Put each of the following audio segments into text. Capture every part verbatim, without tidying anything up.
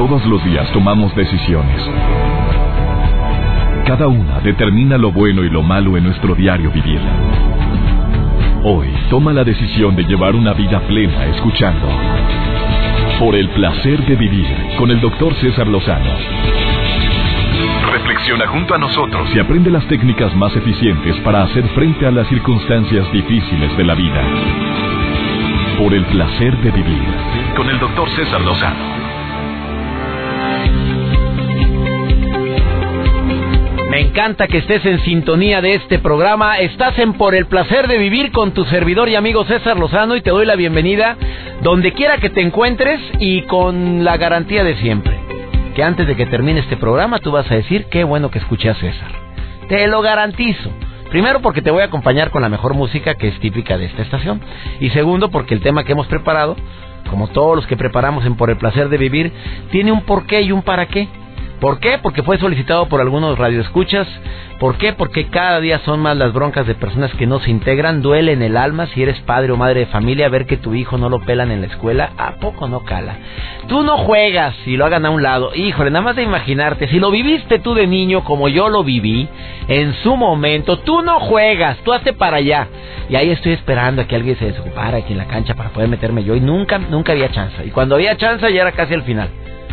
Todos los días tomamos decisiones. Cada una determina lo bueno y lo malo en nuestro diario vivir. Hoy toma la decisión de llevar una vida plena escuchando Por el placer de vivir con el doctor César Lozano. Reflexiona junto a nosotros y aprende las técnicas más eficientes para hacer frente a las circunstancias difíciles de la vida. Por el placer de vivir con el doctor César Lozano. Me encanta que estés en sintonía de este programa. Estás en Por el placer de vivir con tu servidor y amigo César Lozano y te doy la bienvenida donde quiera que te encuentres y con la garantía de siempre, que antes de que termine este programa tú vas a decir qué bueno que escuché a César. Te lo garantizo. Primero porque te voy a acompañar con la mejor música que es típica de esta estación. Y segundo porque el tema que hemos preparado, como todos los que preparamos en Por el placer de vivir, tiene un porqué y un para qué. ¿Por qué? Porque fue solicitado por algunos radioescuchas. ¿Por qué? Porque cada día son más las broncas de personas que no se integran. Duele en el alma si eres padre o madre de familia ver que tu hijo no lo pelan en la escuela. ¿A poco no cala? Tú no juegas y lo hagan a un lado. Híjole, nada más de imaginarte, si lo viviste tú de niño como yo lo viví en su momento, tú no juegas, tú hazte para allá. Y ahí estoy esperando a que alguien se desocupara aquí en la cancha para poder meterme yo. Y nunca, nunca había chance. Y cuando había chance ya era casi al final.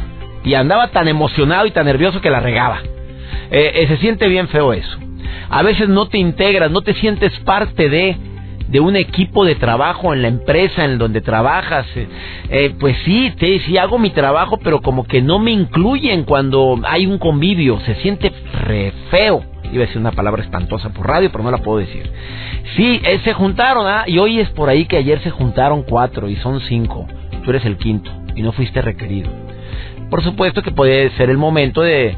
Y andaba tan emocionado y tan nervioso que la regaba. Eh, eh, se siente bien feo eso. A veces no te integras, no te sientes parte de de un equipo de trabajo en la empresa en donde trabajas. Eh, eh, pues sí, te, sí hago mi trabajo, pero como que no me incluyen cuando hay un convivio. Se siente re feo. Iba a decir una palabra espantosa por radio, pero no la puedo decir. Sí, eh, se juntaron, ¿ah? Y hoy es por ahí que ayer se juntaron cuatro y son cinco. Tú eres el quinto y no fuiste requerido. Por supuesto que puede ser el momento de,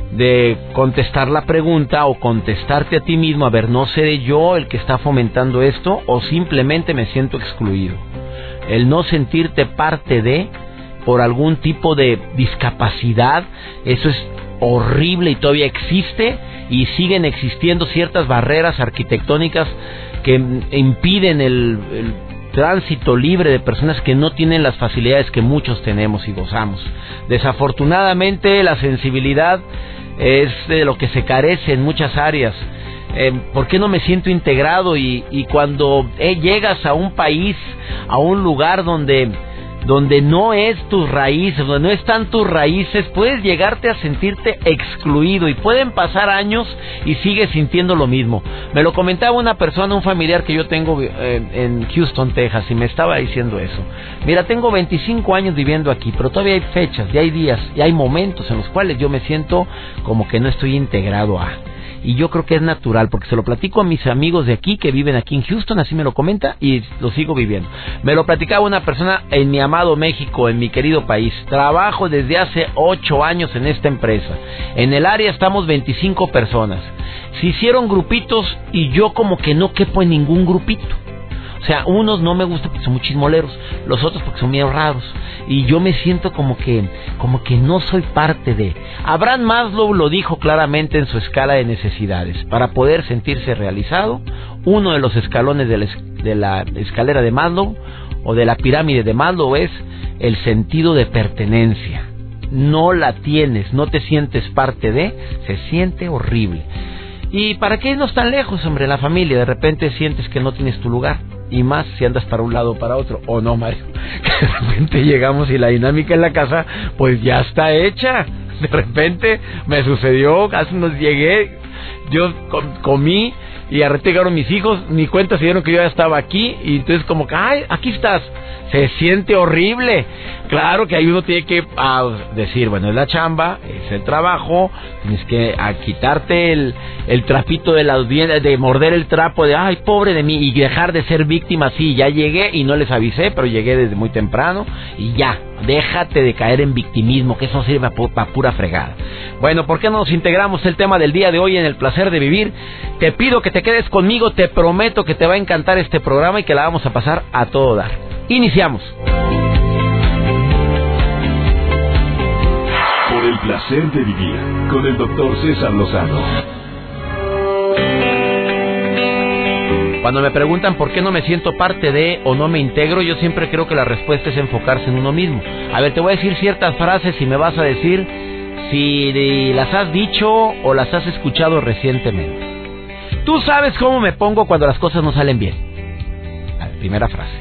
de contestar la pregunta o contestarte a ti mismo, a ver, ¿no seré yo el que está fomentando esto o simplemente me siento excluido? El no sentirte parte de, por algún tipo de discapacidad, eso es horrible y todavía existe y siguen existiendo ciertas barreras arquitectónicas que impiden el... el tránsito libre de personas que no tienen las facilidades que muchos tenemos y gozamos. Desafortunadamente la sensibilidad es de lo que se carece en muchas áreas. Eh, ¿Por qué no me siento integrado? Y, y cuando eh, llegas a un país, a un lugar donde donde no es tus raíces, donde no están tus raíces, puedes llegarte a sentirte excluido y pueden pasar años y sigues sintiendo lo mismo. Me lo comentaba una persona, un familiar que yo tengo eh, en Houston, Texas, y me estaba diciendo eso. Mira, tengo veinticinco años viviendo aquí, pero todavía hay fechas, y hay días, y hay momentos en los cuales yo me siento como que no estoy integrado a... Y yo creo que es natural, porque se lo platico a mis amigos de aquí que viven aquí en Houston, así me lo comenta y lo sigo viviendo. Me lo platicaba una persona en mi amado México, en mi querido país. Trabajo desde hace ocho años en esta empresa. En el área estamos veinticinco personas. Se hicieron grupitos y yo como que no quepo en ningún grupito. O sea, unos no me gustan porque son muy chismoleros, los otros porque son medio raros. Y yo me siento como que como que no soy parte de... Abraham Maslow lo dijo claramente en su escala de necesidades. Para poder sentirse realizado, uno de los escalones de la, de la escalera de Maslow o de la pirámide de Maslow es el sentido de pertenencia. No la tienes, no te sientes parte de, se siente horrible. ¿Y para qué irnos tan lejos, hombre? La familia, de repente sientes que no tienes tu lugar. Y más si andas para un lado o para otro. ¿O no, Mario? Que de repente llegamos y la dinámica en la casa pues ya está hecha. De repente me sucedió, casi nos llegué, yo com- comí y llegaron mis hijos, ni cuenta se dieron que yo ya estaba aquí. Y entonces como que, ay, aquí estás. Se siente horrible. Claro que ahí uno tiene que ah, decir, bueno, es la chamba, es el trabajo, tienes que a, quitarte el, el trapito de la de morder el trapo de, ay, pobre de mí, y dejar de ser víctima. Sí, ya llegué y no les avisé, pero llegué desde muy temprano y ya, déjate de caer en victimismo, que eso sirve para pura fregada. Bueno, ¿por qué no nos integramos el tema del día de hoy en el placer de vivir? Te pido que te quedes conmigo, te prometo que te va a encantar este programa y que la vamos a pasar a todo dar. Iniciamos. Por el placer de vivir con el doctor César Lozano. Cuando me preguntan por qué no me siento parte de o no me integro, yo siempre creo que la respuesta es enfocarse en uno mismo. A ver, te voy a decir ciertas frases y me vas a decir si las has dicho o las has escuchado recientemente. Tú sabes cómo me pongo cuando las cosas no salen bien. A ver, primera frase.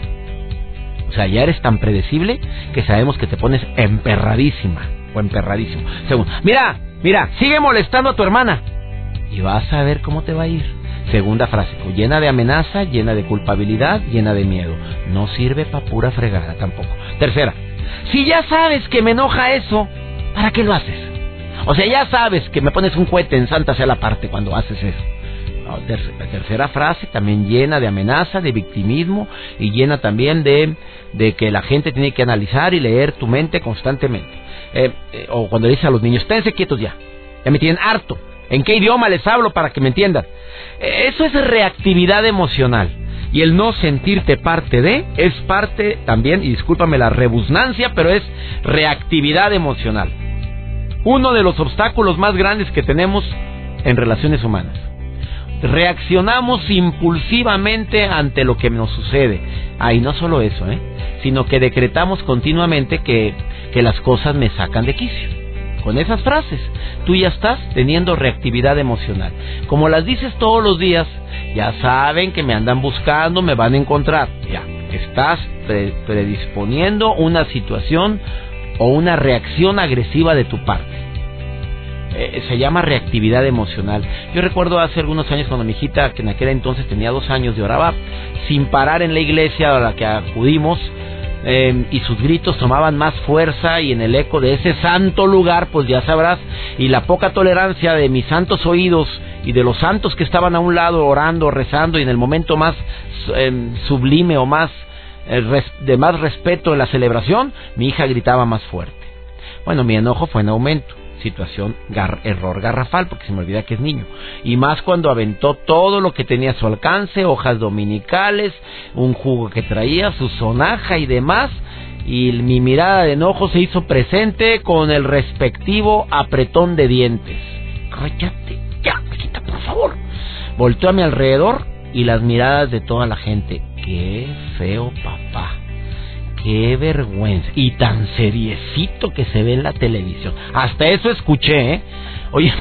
O sea, ya eres tan predecible que sabemos que te pones emperradísima o emperradísimo. Segundo, mira, mira, sigue molestando a tu hermana y vas a ver cómo te va a ir. Segunda frase, llena de amenaza, llena de culpabilidad, llena de miedo. No sirve pa' pura fregada tampoco. Tercera, si ya sabes que me enoja eso, ¿para qué lo haces? O sea, ya sabes que me pones un cohete en Santa sea la parte cuando haces eso. No, tercera, tercera frase, también llena de amenaza, de victimismo y llena también de, de que la gente tiene que analizar y leer tu mente constantemente. Eh, eh, o cuando dices a los niños, esténse quietos ya, ya me tienen harto. ¿En qué idioma les hablo para que me entiendan? Eso es reactividad emocional. Y el no sentirte parte de es parte también, y discúlpame la rebusnancia, pero es reactividad emocional. Uno de los obstáculos más grandes que tenemos en relaciones humanas. Reaccionamos impulsivamente ante lo que nos sucede. Ah, y no solo eso, ¿eh? sino que decretamos continuamente que, que las cosas me sacan de quicio. Con esas frases, tú ya estás teniendo reactividad emocional. Como las dices todos los días, ya saben que me andan buscando, me van a encontrar. Ya, estás pre- predisponiendo una situación o una reacción agresiva de tu parte. Eh, se llama reactividad emocional. Yo recuerdo hace algunos años cuando mi hijita, que en aquel entonces tenía dos años, lloraba sin parar en la iglesia a la que acudimos. Eh, y sus gritos tomaban más fuerza y en el eco de ese santo lugar, pues ya sabrás, y la poca tolerancia de mis santos oídos y de los santos que estaban a un lado orando, rezando, y en el momento más eh, sublime o más eh, res, de más respeto en la celebración, mi hija gritaba más fuerte. Bueno, mi enojo fue en aumento. Situación, gar, error garrafal, porque se me olvida que es niño. Y más cuando aventó todo lo que tenía a su alcance, hojas dominicales, un jugo que traía, su sonaja y demás. Y mi mirada de enojo se hizo presente con el respectivo apretón de dientes. Cállate, ya, hijita, por favor. Volteó a mi alrededor y las miradas de toda la gente. Qué feo papá. Qué vergüenza. Y tan seriecito que se ve en la televisión. Hasta eso escuché, ¿eh? Oye,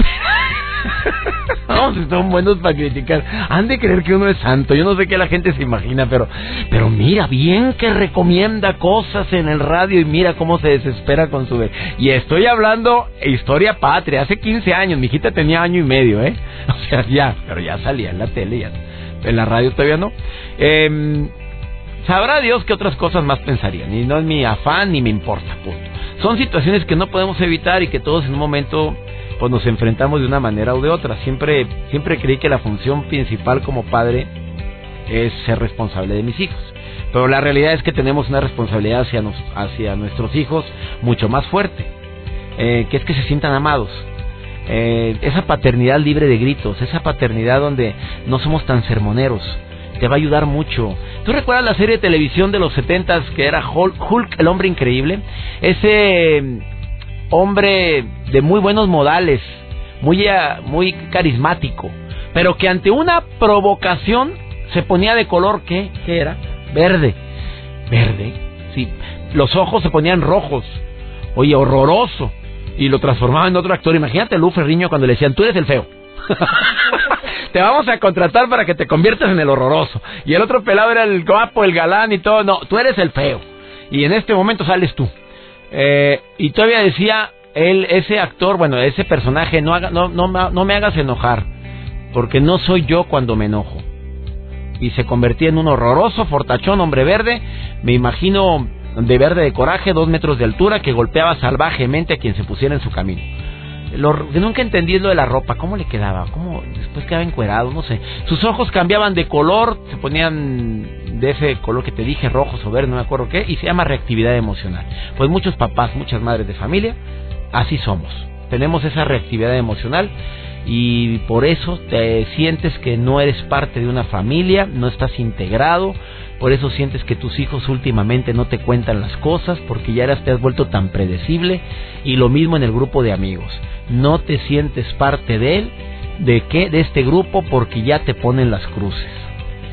vamos, son buenos para criticar. Han de creer que uno es santo. Yo no sé qué la gente se imagina, pero pero mira, bien que recomienda cosas en el radio y mira cómo se desespera con su... Y estoy hablando historia patria. Hace quince años, mi hijita tenía año y medio, ¿eh? O sea, ya, pero ya salía en la tele, ya. En la radio todavía no. Eh... Sabrá Dios que otras cosas más pensarían. Y no es mi afán ni me importa, punto. Son situaciones que no podemos evitar y que todos en un momento pues nos enfrentamos de una manera u de otra. Siempre, siempre creí que la función principal como padre es ser responsable de mis hijos. Pero la realidad es que tenemos una responsabilidad hacia, nos, hacia nuestros hijos mucho más fuerte. Eh, que es que se sientan amados. Eh, esa paternidad libre de gritos, esa paternidad donde no somos tan sermoneros, te va a ayudar mucho. ¿Tú recuerdas la serie de televisión de los setentas que era Hulk, Hulk, el hombre increíble? Ese hombre de muy buenos modales, muy, muy carismático, pero que ante una provocación se ponía de color, ¿qué? ¿Qué era? Verde. Verde, sí. Los ojos se ponían rojos. Oye, horroroso. Y lo transformaba en otro actor. Imagínate a Lu Ferriño cuando le decían, tú eres el feo. Te vamos a contratar para que te conviertas en el horroroso. Y el otro pelado era el guapo, el galán y todo. No, tú eres el feo. Y en este momento sales tú. Eh, y todavía decía él, ese actor, bueno, ese personaje, no, haga, no, no, no me hagas enojar, porque no soy yo cuando me enojo. Y se convertía en un horroroso fortachón, hombre verde. Me imagino de verde de coraje, dos metros de altura, que golpeaba salvajemente a quien se pusiera en su camino. Lo, nunca entendí lo de la ropa, cómo le quedaba, cómo después quedaba encuerado, no sé. Sus ojos cambiaban de color, se ponían de ese color que te dije, rojos o verdes, no me acuerdo qué, y se llama reactividad emocional. Pues muchos papás, muchas madres de familia, así somos. Tenemos esa reactividad emocional y por eso te sientes que no eres parte de una familia, no estás integrado. Por eso sientes que tus hijos últimamente no te cuentan las cosas, porque ya eras, te has vuelto tan predecible. Y lo mismo en el grupo de amigos. No te sientes parte de él, ¿de qué? De este grupo, porque ya te ponen las cruces.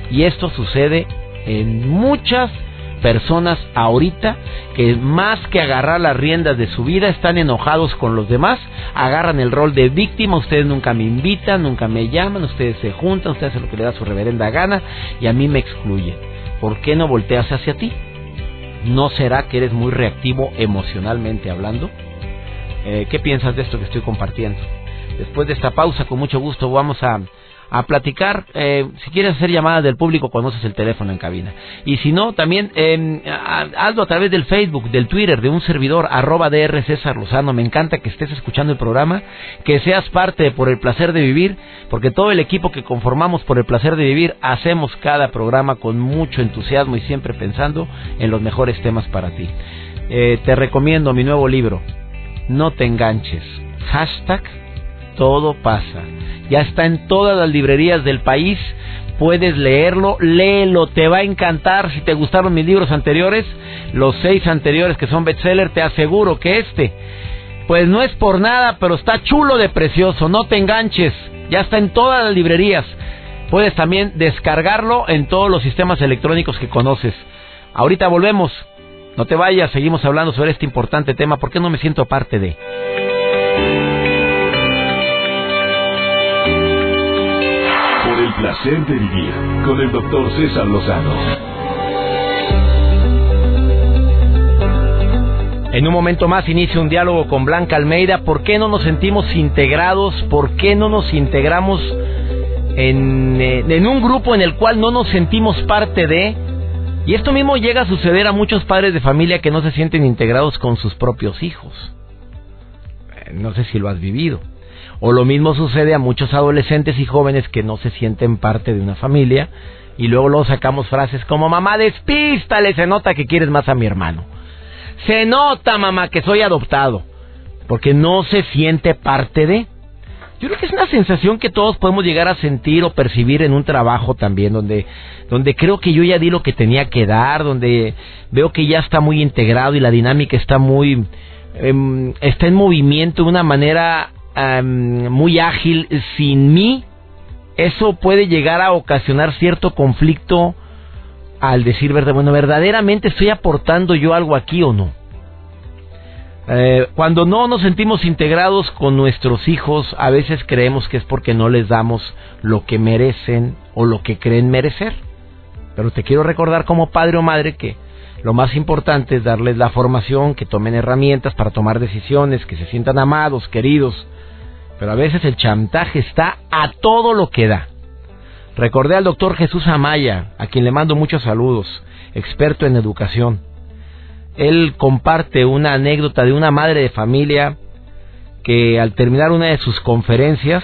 Y esto sucede en muchas personas ahorita, que más que agarrar las riendas de su vida están enojados con los demás, agarran el rol de víctima. Ustedes nunca me invitan, nunca me llaman, ustedes se juntan, ustedes hacen lo que les da su reverenda gana y a mí me excluyen. ¿Por qué no volteas hacia ti? ¿No será que eres muy reactivo emocionalmente hablando? Eh, ¿Qué piensas de esto que estoy compartiendo? Después de esta pausa, con mucho gusto vamos a a platicar. Eh, si quieres hacer llamadas del público, conoces el teléfono en cabina, y si no, también eh, hazlo a través del Facebook, del Twitter, de un servidor, arroba DR César Lozano. Me encanta que estés escuchando el programa, que seas parte de Por el Placer de Vivir, porque todo el equipo que conformamos Por el Placer de Vivir hacemos cada programa con mucho entusiasmo y siempre pensando en los mejores temas para ti. Eh, te recomiendo mi nuevo libro, No te enganches, hashtag Todo pasa. Ya está en todas las librerías del país. Puedes leerlo, léelo, te va a encantar. Si te gustaron mis libros anteriores, los seis anteriores que son bestseller, te aseguro que este, pues no es por nada, pero está chulo de precioso. No te enganches, ya está en todas las librerías. Puedes también descargarlo en todos los sistemas electrónicos que conoces. Ahorita volvemos, no te vayas, seguimos hablando sobre este importante tema. ¿Por qué no me siento parte de? El placer de vivir con el doctor César Lozano. En un momento más inicio un diálogo con Blanca Almeida. ¿Por qué no nos sentimos integrados? ¿Por qué no nos integramos en, en un grupo en el cual no nos sentimos parte de? Y esto mismo llega a suceder a muchos padres de familia que no se sienten integrados con sus propios hijos. No sé si lo has vivido. O lo mismo sucede a muchos adolescentes y jóvenes que no se sienten parte de una familia, y luego luego sacamos frases como: mamá, despístale, se nota que quieres más a mi hermano. Se nota, mamá, que soy adoptado. Porque no se siente parte de. Yo creo que es una sensación que todos podemos llegar a sentir o percibir en un trabajo también, donde, donde creo que yo ya di lo que tenía que dar, donde veo que ya está muy integrado y la dinámica está muy, eh, está en movimiento de una manera Um, muy ágil. Sin mí, eso puede llegar a ocasionar cierto conflicto al decir, verdad, bueno, verdaderamente estoy aportando yo algo aquí o no. Eh, cuando no nos sentimos integrados con nuestros hijos, a veces creemos que es porque no les damos lo que merecen o lo que creen merecer. Pero te quiero recordar como padre o madre que lo más importante es darles la formación, que tomen herramientas para tomar decisiones, que se sientan amados, queridos. Pero a veces el chantaje está a todo lo que da. Recordé al doctor Jesús Amaya, a quien le mando muchos saludos, experto en educación. Él comparte una anécdota de una madre de familia que al terminar una de sus conferencias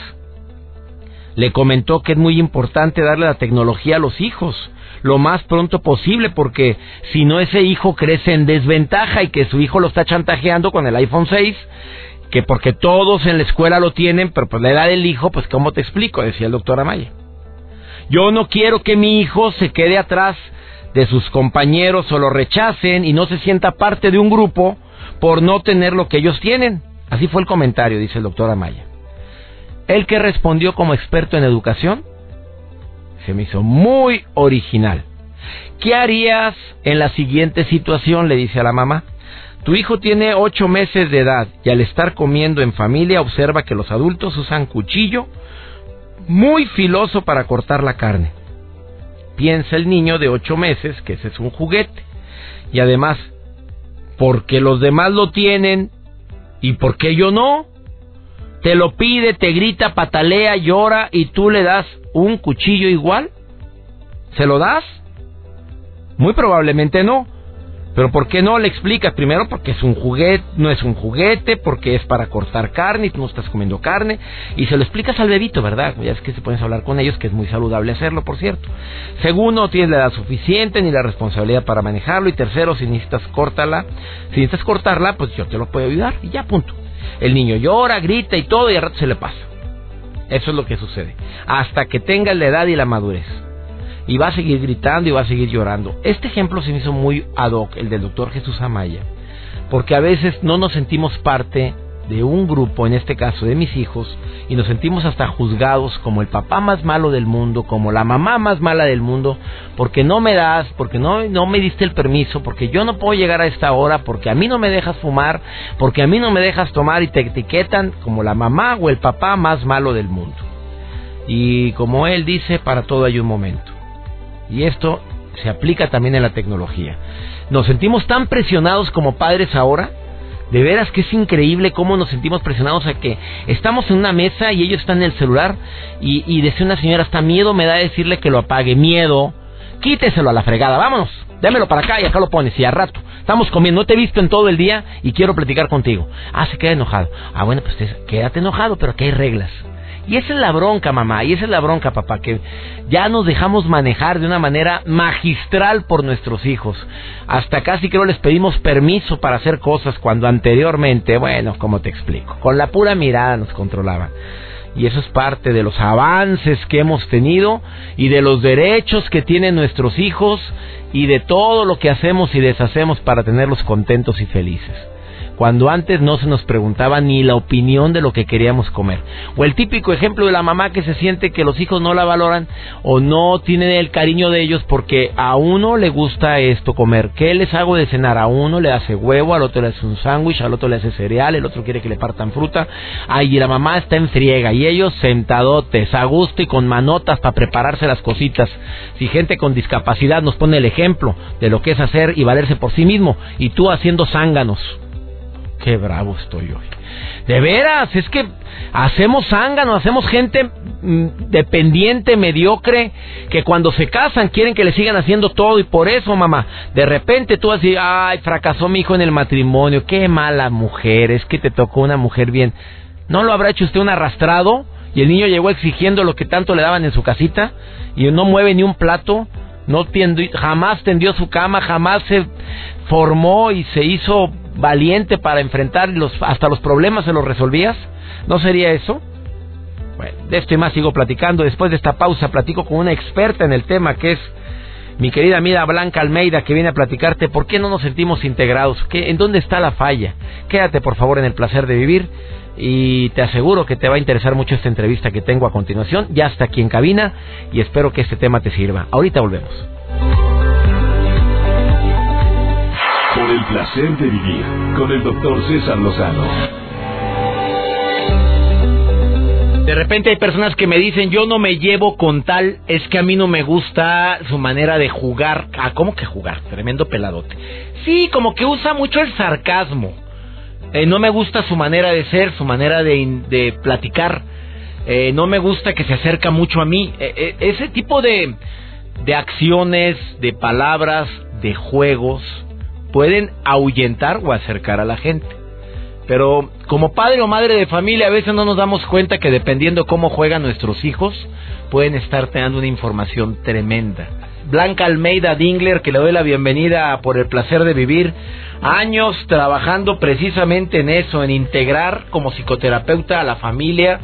le comentó que es muy importante darle la tecnología a los hijos lo más pronto posible, porque si no, ese hijo crece en desventaja y que su hijo lo está chantajeando con el iPhone seis, que porque todos en la escuela lo tienen, pero pues la edad del hijo, pues ¿cómo te explico?, decía el doctor Amaya. Yo no quiero que mi hijo se quede atrás de sus compañeros o lo rechacen y no se sienta parte de un grupo por no tener lo que ellos tienen. Así fue el comentario, dice el doctor Amaya. Él, que respondió como experto en educación, se me hizo muy original. ¿Qué harías en la siguiente situación?, le dice a la mamá. Tu hijo tiene ocho meses de edad y al estar comiendo en familia observa que los adultos usan cuchillo muy filoso para cortar la carne. Piensa el niño de ocho meses que ese es un juguete. Y además, ¿por qué los demás lo tienen y por qué yo no? Te lo pide, te grita, patalea, llora y tú le das un cuchillo igual. ¿Se lo das? Muy probablemente no. Pero ¿por qué no? Le explicas. Primero, porque es un juguete, no es un juguete, porque es para cortar carne y tú no estás comiendo carne. Y se lo explicas al bebito, ¿verdad? Ya es que se puedes hablar con ellos, que es muy saludable hacerlo, por cierto. Segundo, no tienes la edad suficiente ni la responsabilidad para manejarlo. Y tercero, si necesitas córtala, si necesitas cortarla, pues yo te lo puedo ayudar. Y ya, punto. El niño llora, grita y todo, y al rato se le pasa. Eso es lo que sucede. Hasta que tenga la edad y la madurez. Y va a seguir gritando y va a seguir llorando. Este ejemplo se me hizo muy ad hoc, el del doctor Jesús Amaya, porque a veces no nos sentimos parte de un grupo, en este caso de mis hijos, y nos sentimos hasta juzgados como el papá más malo del mundo, como la mamá más mala del mundo, porque no me das, porque no, no me diste el permiso, porque yo no puedo llegar a esta hora, porque a mí no me dejas fumar, porque a mí no me dejas tomar, y te etiquetan como la mamá o el papá más malo del mundo. Y como él dice, para todo hay un momento. Y esto se aplica también en la tecnología. Nos sentimos tan presionados como padres ahora. De veras que es increíble cómo nos sentimos presionados a que estamos en una mesa y ellos están en el celular y, y decía una señora, hasta miedo me da decirle que lo apague. Miedo, quíteselo a la fregada, vámonos, démelo para acá y acá lo pones. Y a rato, estamos comiendo, no te he visto en todo el día y quiero platicar contigo. Ah, se queda enojado. Ah, bueno, pues quédate enojado, pero aquí hay reglas. Y esa es la bronca, mamá, y esa es la bronca, papá, que ya nos dejamos manejar de una manera magistral por nuestros hijos. Hasta casi creo les pedimos permiso para hacer cosas cuando anteriormente, bueno, ¿cómo te explico? Con la pura mirada nos controlaban. Y eso es parte de los avances que hemos tenido y de los derechos que tienen nuestros hijos y de todo lo que hacemos y deshacemos para tenerlos contentos y felices. Cuando antes no se nos preguntaba ni la opinión de lo que queríamos comer. O el típico ejemplo de la mamá que se siente que los hijos no la valoran o no tienen el cariño de ellos porque a uno le gusta esto comer. ¿Qué les hago de cenar? A uno le hace huevo, al otro le hace un sándwich, al otro le hace cereal, el otro quiere que le partan fruta. Ay, y la mamá está en friega y ellos sentadotes, a gusto y con manotas para prepararse las cositas. Si gente con discapacidad nos pone el ejemplo de lo que es hacer y valerse por sí mismo y tú haciendo zánganos. Qué bravo estoy hoy. De veras, es que hacemos zángano, hacemos gente mm, dependiente, mediocre, que cuando se casan quieren que le sigan haciendo todo y por eso, mamá, de repente tú así, ay, fracasó mi hijo en el matrimonio, qué mala mujer, es que te tocó una mujer bien. ¿No lo habrá hecho usted un arrastrado? Y el niño llegó exigiendo lo que tanto le daban en su casita y no mueve ni un plato, no tiendió, jamás tendió su cama, jamás se formó y se hizo valiente para enfrentar los, hasta los problemas se los resolvías. ¿No sería eso? Bueno, de esto y más sigo platicando. Después de esta pausa platico con una experta en el tema, que es mi querida amiga Blanca Almeida, que viene a platicarte por qué no nos sentimos integrados, ¿Qué, en dónde está la falla. Quédate por favor en el placer de vivir y te aseguro que te va a interesar mucho esta entrevista que tengo a continuación. Ya está aquí en cabina y espero que este tema te sirva. Ahorita volvemos. Por el placer de vivir con el doctor César Lozano. De repente hay personas que me dicen, yo no me llevo con tal, es que a mí no me gusta su manera de jugar. Ah, ¿cómo que jugar? Tremendo peladote. Sí, como que usa mucho el sarcasmo. Eh, no me gusta su manera de ser, su manera de, de platicar. Eh, no me gusta que se acerca mucho a mí. Eh, eh, ese tipo de, de acciones, de palabras, de juegos pueden ahuyentar o acercar a la gente. Pero como padre o madre de familia a veces no nos damos cuenta que dependiendo cómo juegan nuestros hijos pueden estar teniendo una información tremenda. Blanca Almeida Dingler, que le doy la bienvenida por el placer de vivir, años trabajando precisamente en eso, en integrar como psicoterapeuta a la familia,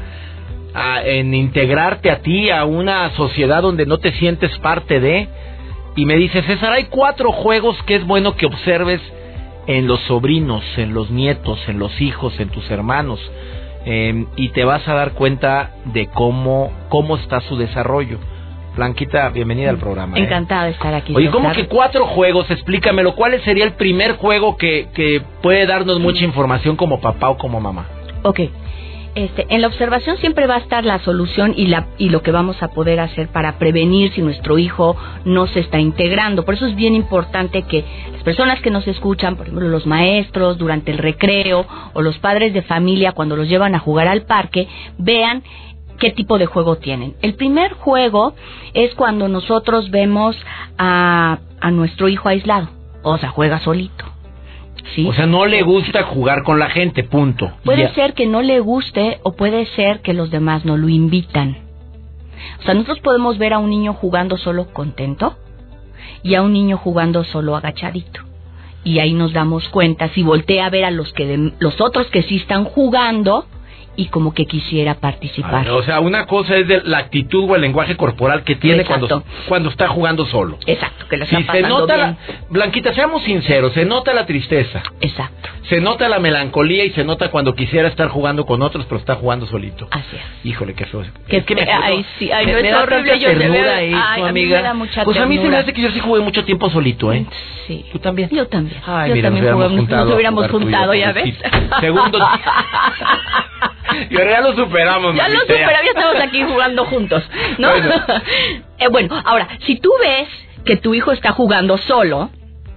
a, en integrarte a ti a una sociedad donde no te sientes parte de. Y me dice, César, hay cuatro juegos que es bueno que observes en los sobrinos, en los nietos, en los hijos, en tus hermanos, eh, y te vas a dar cuenta de cómo, cómo está su desarrollo. Blanquita, bienvenida al programa. Encantada de estar aquí. Oye, ¿cómo que cuatro juegos? Explícamelo. ¿Cuál sería el primer juego que, que puede darnos mucha información como papá o como mamá? Ok. Este, en la observación siempre va a estar la solución y, la, y lo que vamos a poder hacer para prevenir si nuestro hijo no se está integrando. Por eso es bien importante que las personas que nos escuchan, por ejemplo los maestros durante el recreo o los padres de familia cuando los llevan a jugar al parque, vean qué tipo de juego tienen. El primer juego es cuando nosotros vemos a, a nuestro hijo aislado, o sea, juega solito. ¿Sí? O sea, no le gusta jugar con la gente, punto. Puede ya. ser que no le guste o puede ser que los demás no lo invitan. O sea, nosotros podemos ver a un niño jugando solo contento y a un niño jugando solo agachadito. Y ahí nos damos cuenta, si voltea a ver a los que de, los otros que sí están jugando y como que quisiera participar. Ah, o sea, una cosa es de la actitud o el lenguaje corporal que tiene cuando, cuando está jugando solo. Exacto, que le está si pasando se nota bien. La, Blanquita, seamos sinceros, se nota la tristeza. Exacto. Se nota la melancolía y se nota cuando quisiera estar jugando con otros, pero está jugando solito. Así es. Híjole, qué feo. Que, es que me acuerdo, ay, sí, ay, me, no, me es da horrible, tanta yo te ternura veo, eso, ay, a mí amiga. me da mucha pues a mí se me ternura. hace que yo sí jugué mucho tiempo solito, ¿eh? Sí. ¿Tú también? Yo también. Ay, yo mira, también nos hubiéramos jugamos, juntado nos hubiéramos a jugar juntado, tú y yo, ya ves. Segundo. Y ahora ya lo superamos. Ya lo superamos, ya estamos aquí jugando juntos, ¿no? Bueno. eh, bueno, ahora, si tú ves que tu hijo está jugando solo,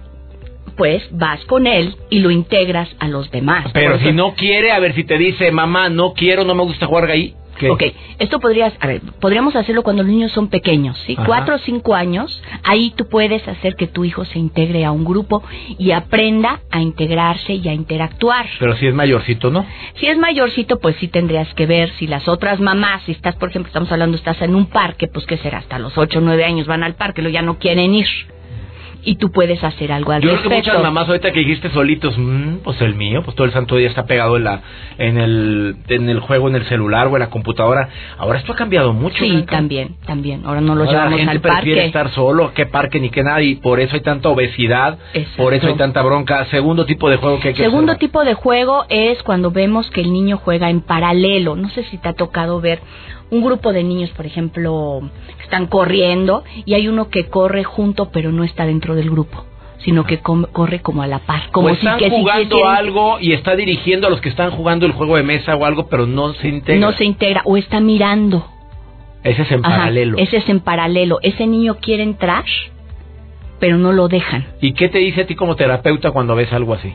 pues vas con él y lo integras a los demás. Pero si no quiere, a ver, si te dice, mamá, no quiero, no me gusta jugar ahí. ¿Qué? Ok, esto podrías, a ver, podríamos hacerlo cuando los niños son pequeños, ¿sí? Ajá. Cuatro o cinco años, ahí tú puedes hacer que tu hijo se integre a un grupo y aprenda a integrarse y a interactuar. Pero si es mayorcito, ¿no? Si es mayorcito, pues sí tendrías que ver si las otras mamás, si estás, por ejemplo, estamos hablando, estás en un parque, pues qué será, hasta los ocho o nueve años van al parque, luego ya no quieren ir. Y tú puedes hacer algo al Yo respecto. creo que muchas mamás ahorita que dijiste solitos, mmm, pues el mío, pues todo el santo día está pegado en la, en el, en el juego, en el celular o en la computadora. Ahora esto ha cambiado mucho. Sí, Blanca. también, también. Ahora no los Ahora llevamos la gente al parque. prefiere estar solo, qué parque ni qué nada, y por eso hay tanta obesidad, Exacto. Por eso hay tanta bronca. Segundo tipo de juego que hay que Segundo observar. tipo de juego es cuando vemos que el niño juega en paralelo. No sé si te ha tocado ver un grupo de niños, por ejemplo, que están corriendo y hay uno que corre junto pero no está dentro del grupo, sino que com- corre como a la par. Como o están si, que jugando si algo y está dirigiendo a los que están jugando el juego de mesa o algo, pero no se integra. No se integra, o está mirando. Ese es en Ajá, paralelo. Ese es en paralelo. Ese niño quiere entrar, pero no lo dejan. ¿Y qué te dice a ti como terapeuta cuando ves algo así?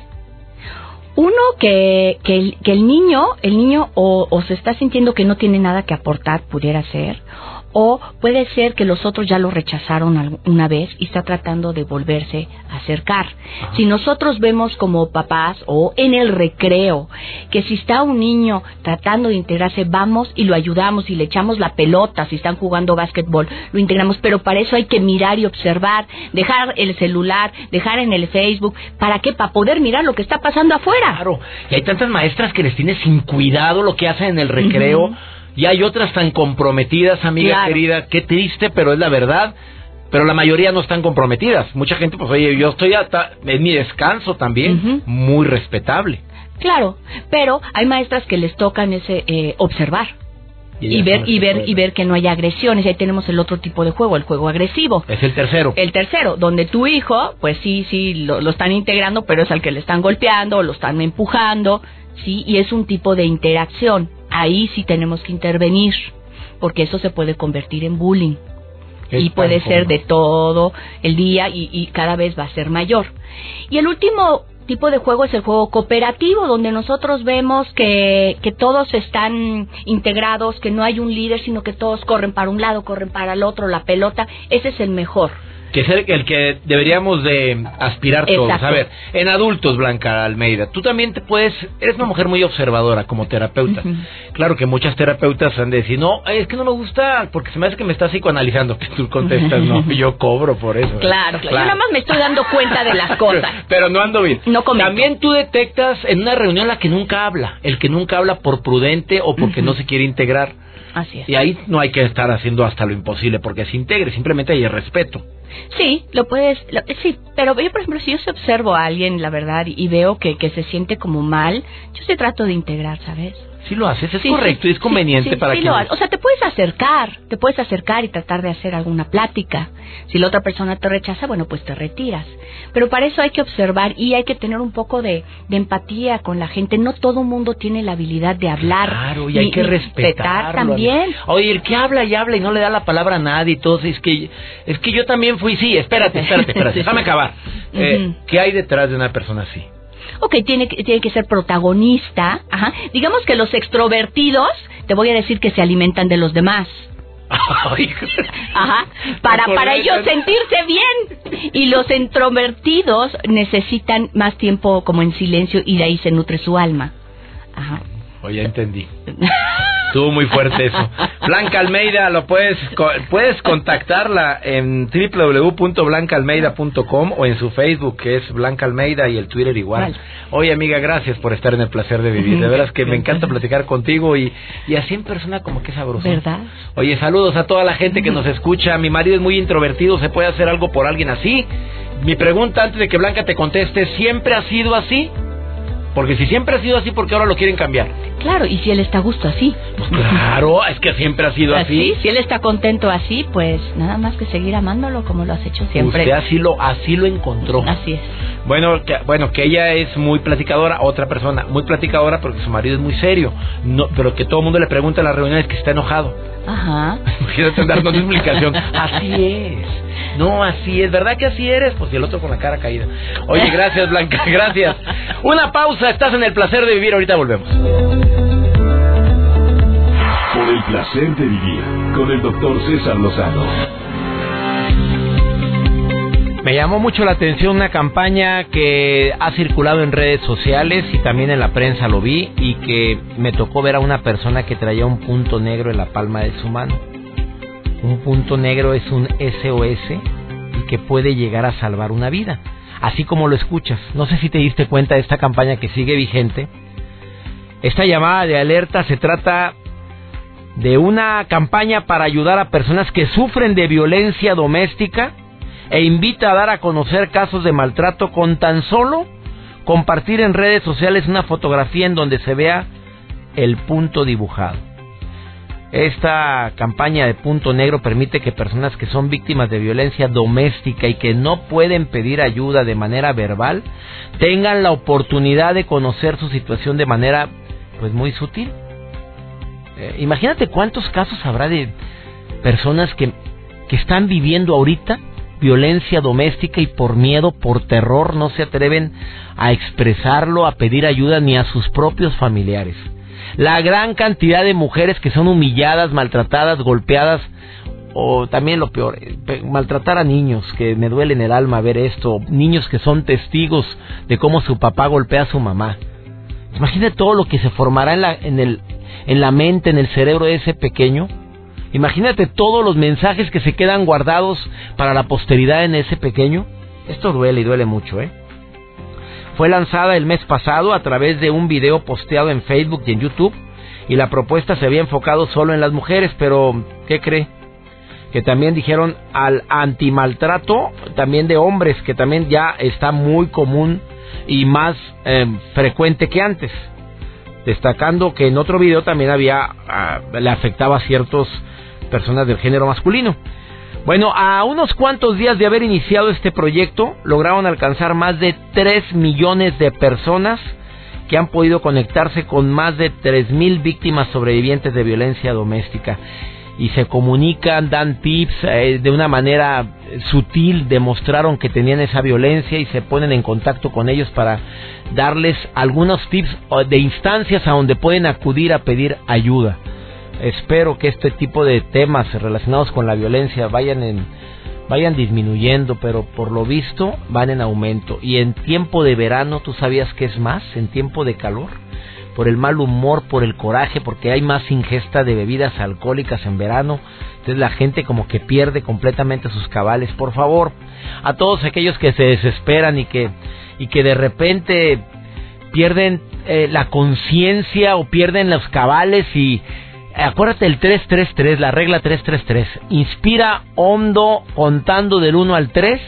Uno, que, que, el, que el niño, el niño o, o se está sintiendo que no tiene nada que aportar, pudiera ser, o puede ser que los otros ya lo rechazaron una vez y está tratando de volverse a acercar. Ajá. Si nosotros vemos como papás o en el recreo que si está un niño tratando de integrarse, vamos y lo ayudamos y le echamos la pelota, si están jugando básquetbol, lo integramos, pero para eso hay que mirar y observar, dejar el celular, dejar en el Facebook, ¿para qué? Para poder mirar lo que está pasando afuera. Claro, y hay tantas maestras que les tienen sin cuidado lo que hacen en el recreo. Uh-huh. Y hay otras tan comprometidas, amiga claro. querida, qué triste, pero es la verdad. Pero la mayoría no están comprometidas. Mucha gente, pues, oye, yo estoy hasta en mi descanso también, uh-huh. muy respetable. Claro, pero hay maestras que les tocan ese eh, observar y, y ver y ver puede. y ver que no hay agresiones. Y ahí tenemos el otro tipo de juego, el juego agresivo. Es el tercero. El tercero, donde tu hijo, pues sí, sí, lo, lo están integrando, pero es al que le están golpeando, lo están empujando, sí, y es un tipo de interacción. Ahí sí tenemos que intervenir, porque eso se puede convertir en bullying. Y puede ser de todo el día y, y cada vez va a ser mayor. Y el último tipo de juego es el juego cooperativo, donde nosotros vemos que, que todos están integrados, que no hay un líder, sino que todos corren para un lado, corren para el otro, la pelota. Ese es el mejor. Que es el, el que deberíamos de aspirar todos. Exacto. A ver, en adultos, Blanca Almeida, tú también te puedes, eres una mujer muy observadora como terapeuta. Uh-huh. Claro que muchas terapeutas han de decir, no, es que no me gusta porque se me hace que me estás psicoanalizando. Que tú contestas, no, yo cobro por eso. Claro, claro, claro. Yo nada más me estoy dando cuenta de las cosas. Pero no ando bien. No comento. También tú detectas en una reunión la que nunca habla, el que nunca habla por prudente o porque uh-huh. no se quiere integrar. Así es. Y ahí no hay que estar haciendo hasta lo imposible porque se integre, simplemente hay el respeto. Sí, lo puedes, lo, sí, pero yo, por ejemplo, si yo se observo a alguien, la verdad, y, y veo que, que se siente como mal, yo se trato de integrar, ¿sabes? Sí lo haces, es sí, correcto sí, y es conveniente sí, sí, para sí que... Lo haces. O sea, te puedes acercar, te puedes acercar y tratar de hacer alguna plática. Si la otra persona te rechaza, bueno, pues te retiras. Pero para eso hay que observar y hay que tener un poco de, de empatía con la gente. No todo mundo tiene la habilidad de hablar. Claro, y hay que respetar también. Oye, el que habla y habla y no le da la palabra a nadie y todo, es que, es que yo también fui, sí, espérate, espérate, espérate, déjame acabar. Eh, uh-huh. ¿Qué hay detrás de una persona así? Ok, tiene que, tiene que ser protagonista. Ajá. Digamos que los extrovertidos, te voy a decir que se alimentan de los demás. Ajá. Para, para ellos sentirse bien. Y los introvertidos necesitan más tiempo como en silencio y de ahí se nutre su alma. Ajá. Oye, entendí. Estuvo muy fuerte eso. Blanca Almeida, lo puedes puedes contactarla en doble u doble u doble u punto blanca almeida punto com o en su Facebook, que es Blanca Almeida, y el Twitter igual. Vale. Oye, amiga, gracias por estar en el placer de vivir. De veras que me encanta platicar contigo y, y así en persona como que sabroso. ¿Verdad? Oye, saludos a toda la gente que nos escucha. Mi marido es muy introvertido, ¿se puede hacer algo por alguien así? Mi pregunta antes de que Blanca te conteste, ¿siempre ha sido así? Porque si siempre ha sido así, ¿por qué ahora lo quieren cambiar? Claro, y si él está a gusto así. Pues claro, es que siempre ha sido así. así. Si él está contento así, pues nada más que seguir amándolo como lo has hecho siempre. Usted así lo, así lo encontró. Así es. Bueno que, bueno, que ella es muy platicadora, otra persona, muy platicadora porque su marido es muy serio. No, pero que todo el mundo le pregunta en las reuniones que está enojado. Ajá. Imagínate darnos una explicación. Así es. No, así es. ¿Verdad que así eres? Pues y el otro con la cara caída. Oye, gracias, Blanca, gracias. Una pausa, estás en el placer de vivir. Ahorita volvemos. Por el placer de vivir, con el doctor César Lozano. Me llamó mucho la atención una campaña que ha circulado en redes sociales y también en la prensa lo vi, y que me tocó ver a una persona que traía un punto negro en la palma de su mano. Un punto negro es un S O S y que puede llegar a salvar una vida, así como lo escuchas. No sé si te diste cuenta de esta campaña que sigue vigente. Esta llamada de alerta se trata de una campaña para ayudar a personas que sufren de violencia doméstica, e invita a dar a conocer casos de maltrato con tan solo compartir en redes sociales una fotografía en donde se vea el punto dibujado. Esta campaña de punto negro permite que personas que son víctimas de violencia doméstica y que no pueden pedir ayuda de manera verbal tengan la oportunidad de conocer su situación de manera pues muy sutil. Eh, imagínate cuántos casos habrá de personas que, que están viviendo ahorita violencia doméstica y por miedo, por terror, no se atreven a expresarlo, a pedir ayuda ni a sus propios familiares. La gran cantidad de mujeres que son humilladas, maltratadas, golpeadas, o también lo peor, maltratar a niños, que me duele en el alma ver esto, niños que son testigos de cómo su papá golpea a su mamá. Imagínate todo lo que se formará en la, en el, en la mente, en el cerebro de ese pequeño. Imagínate todos los mensajes que se quedan guardados para la posteridad en ese pequeño. Esto duele y duele mucho, ¿eh? Fue lanzada el mes pasado a través de un video posteado en Facebook y en YouTube, y la propuesta se había enfocado solo en las mujeres, pero ¿qué cree? Que también dijeron al antimaltrato también de hombres, que también ya está muy común y más eh, frecuente que antes, destacando que en otro video también había uh, le afectaba a ciertas personas del género masculino. Bueno, a unos cuantos días de haber iniciado este proyecto, lograron alcanzar más de tres millones de personas que han podido conectarse con más de tres mil víctimas sobrevivientes de violencia doméstica. Y se comunican, dan tips, eh, de una manera sutil demostraron que tenían esa violencia y se ponen en contacto con ellos para darles algunos tips de instancias a donde pueden acudir a pedir ayuda. Espero que este tipo de temas relacionados con la violencia vayan en, vayan disminuyendo, pero por lo visto van en aumento. Y en tiempo de verano, ¿tú sabías qué es más? En tiempo de calor, por el mal humor, por el coraje, porque hay más ingesta de bebidas alcohólicas en verano. Entonces la gente como que pierde completamente sus cabales. Por favor, a todos aquellos que se desesperan y que, y que de repente pierden eh, la conciencia o pierden los cabales, y acuérdate el tres tres tres, la regla tres tres tres. Inspira hondo contando del uno al tres.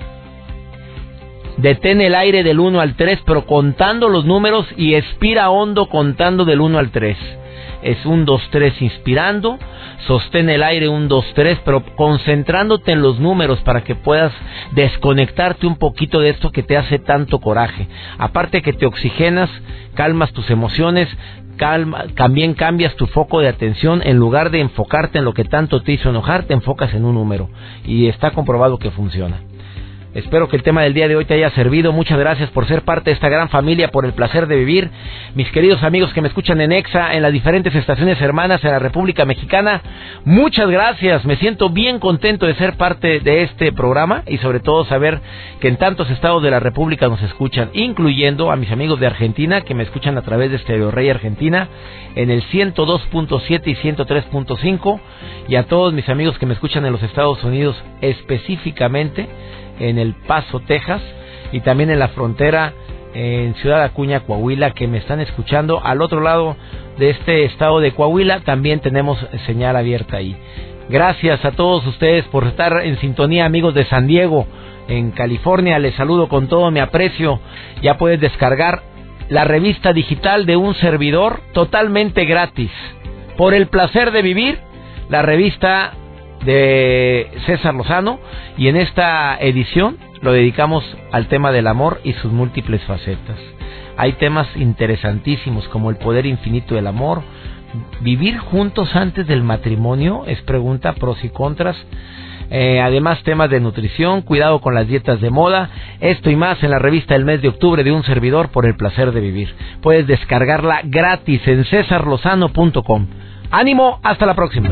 Detén el aire del uno al tres, pero contando los números, y expira hondo contando del uno al tres. Es uno, dos, tres inspirando, sostén el aire uno, dos, tres, pero concentrándote en los números para que puedas desconectarte un poquito de esto que te hace tanto coraje. Aparte que te oxigenas, calmas tus emociones, calma, también cambias tu foco de atención. En lugar de enfocarte en lo que tanto te hizo enojar, te enfocas en un número, y está comprobado que funciona. Espero que el tema del día de hoy te haya servido. Muchas gracias por ser parte de esta gran familia, por el placer de vivir. Mis queridos amigos que me escuchan en Exa, en las diferentes estaciones hermanas en la República Mexicana, muchas gracias. Me siento bien contento de ser parte de este programa y sobre todo saber que en tantos estados de la República nos escuchan, incluyendo a mis amigos de Argentina que me escuchan a través de Stereo Rey Argentina en el ciento dos punto siete y ciento tres punto cinco, y a todos mis amigos que me escuchan en los Estados Unidos, específicamente en El Paso, Texas, y también en la frontera en Ciudad Acuña, Coahuila, que me están escuchando al otro lado de este estado de Coahuila. También tenemos señal abierta ahí. Gracias a todos ustedes por estar en sintonía, amigos de San Diego, en California. Les saludo con todo mi aprecio. Ya puedes descargar la revista digital de un servidor totalmente gratis. Por el placer de vivir, la revista de César Lozano, y en esta edición lo dedicamos al tema del amor y sus múltiples facetas. Hay temas interesantísimos como el poder infinito del amor, vivir juntos antes del matrimonio, es pregunta, pros y contras. Eh, además, temas de nutrición, cuidado con las dietas de moda, esto y más en la revista del mes de octubre de un servidor, por el placer de vivir. Puedes descargarla gratis en cesar lozano punto com. Ánimo, hasta la próxima.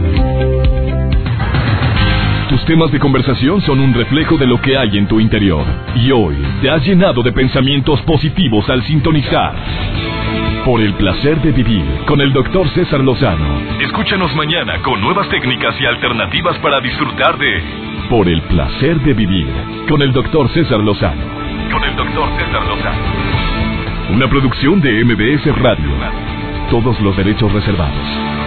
Tus temas de conversación son un reflejo de lo que hay en tu interior. Y hoy te has llenado de pensamientos positivos al sintonizar Por el placer de vivir con el doctor César Lozano. Escúchanos mañana con nuevas técnicas y alternativas para disfrutar de Por el placer de vivir con el doctor César Lozano. Con el doctor César Lozano. Una producción de M B S Radio. Todos los derechos reservados.